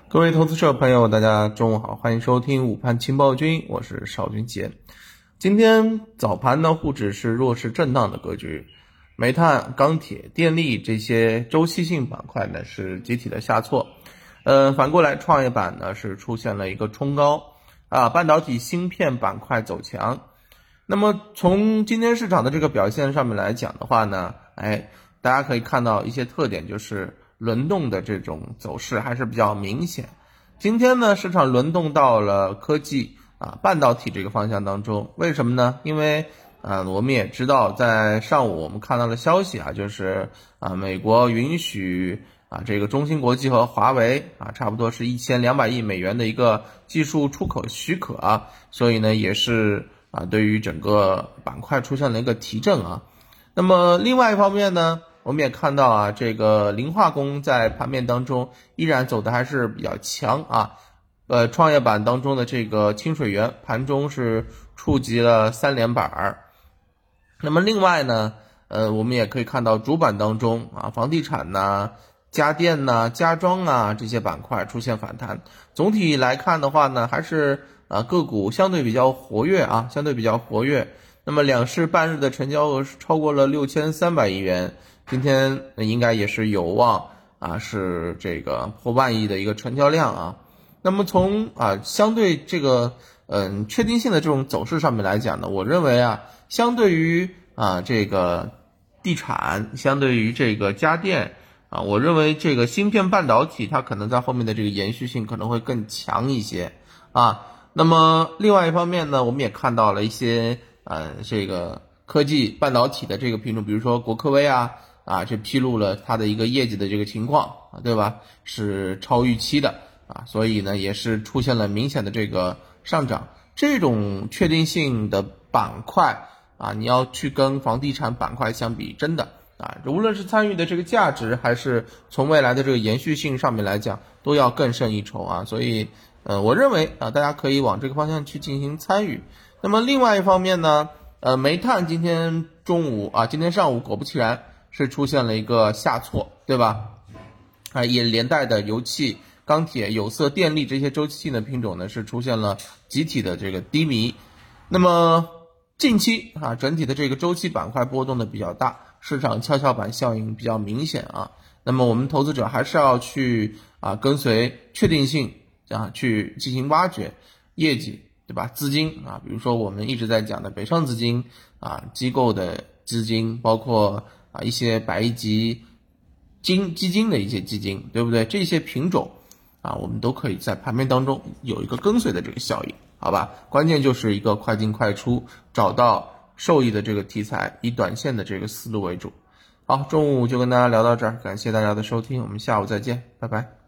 各位投资者朋友，大家中午好，欢迎收听午盘情报君，我是邵军杰。今天早盘呢，沪指是弱势震荡的格局，煤炭、钢铁、电力这些周期性板块呢是集体的下挫。反过来创业板呢是出现了一个冲高半导体芯片板块走强。那么从今天市场的这个表现上面来讲的话呢，大家可以看到一些特点，就是轮动的这种走势还是比较明显。今天呢，市场轮动到了科技半导体这个方向当中。为什么呢？因为我们也知道，在上午我们看到了消息就是美国允许这个中芯国际和华为差不多是1200亿美元的一个技术出口许可所以呢也是对于整个板块出现了一个提振那么另外一方面呢，我们也看到这个磷化工在盘面当中依然走的还是比较强创业板当中的这个清水源盘中是触及了3连板。那么另外呢，我们也可以看到主板当中房地产家电家装这些板块出现反弹。总体来看的话呢，还是个股相对比较活跃相对比较活跃。那么两市半日的成交额是超过了6300亿元，今天应该也是有望是这个破万亿的一个成交量那么从相对这个确定性的这种走势上面来讲呢，我认为相对于这个地产，相对于这个家电我认为这个芯片半导体它可能在后面的这个延续性可能会更强一些那么另外一方面呢，我们也看到了一些这个科技半导体的这个品种，比如说国科微这披露了它的一个业绩的这个情况对吧，是超预期的所以呢也是出现了明显的这个上涨。这种确定性的板块你要去跟房地产板块相比，真的无论是参与的这个价值还是从未来的这个延续性上面来讲，都要更胜一筹所以我认为大家可以往这个方向去进行参与。那么另外一方面呢，煤炭今天上午果不其然是出现了一个下挫，对吧也连带的油气、钢铁、有色、电力这些周期性的品种呢是出现了集体的这个低迷。那么近期整体的这个周期板块波动的比较大，市场跷跷板效应比较明显那么我们投资者还是要去跟随确定性去进行挖掘业绩，对吧？资金比如说我们一直在讲的北上资金机构的资金，包括一些百亿级基金的一些基金，对不对？这些品种我们都可以在盘面当中有一个跟随的这个效应，好吧？关键就是一个快进快出，找到受益的这个题材，以短线的这个思路为主。好，中午就跟大家聊到这儿，感谢大家的收听，我们下午再见，拜拜。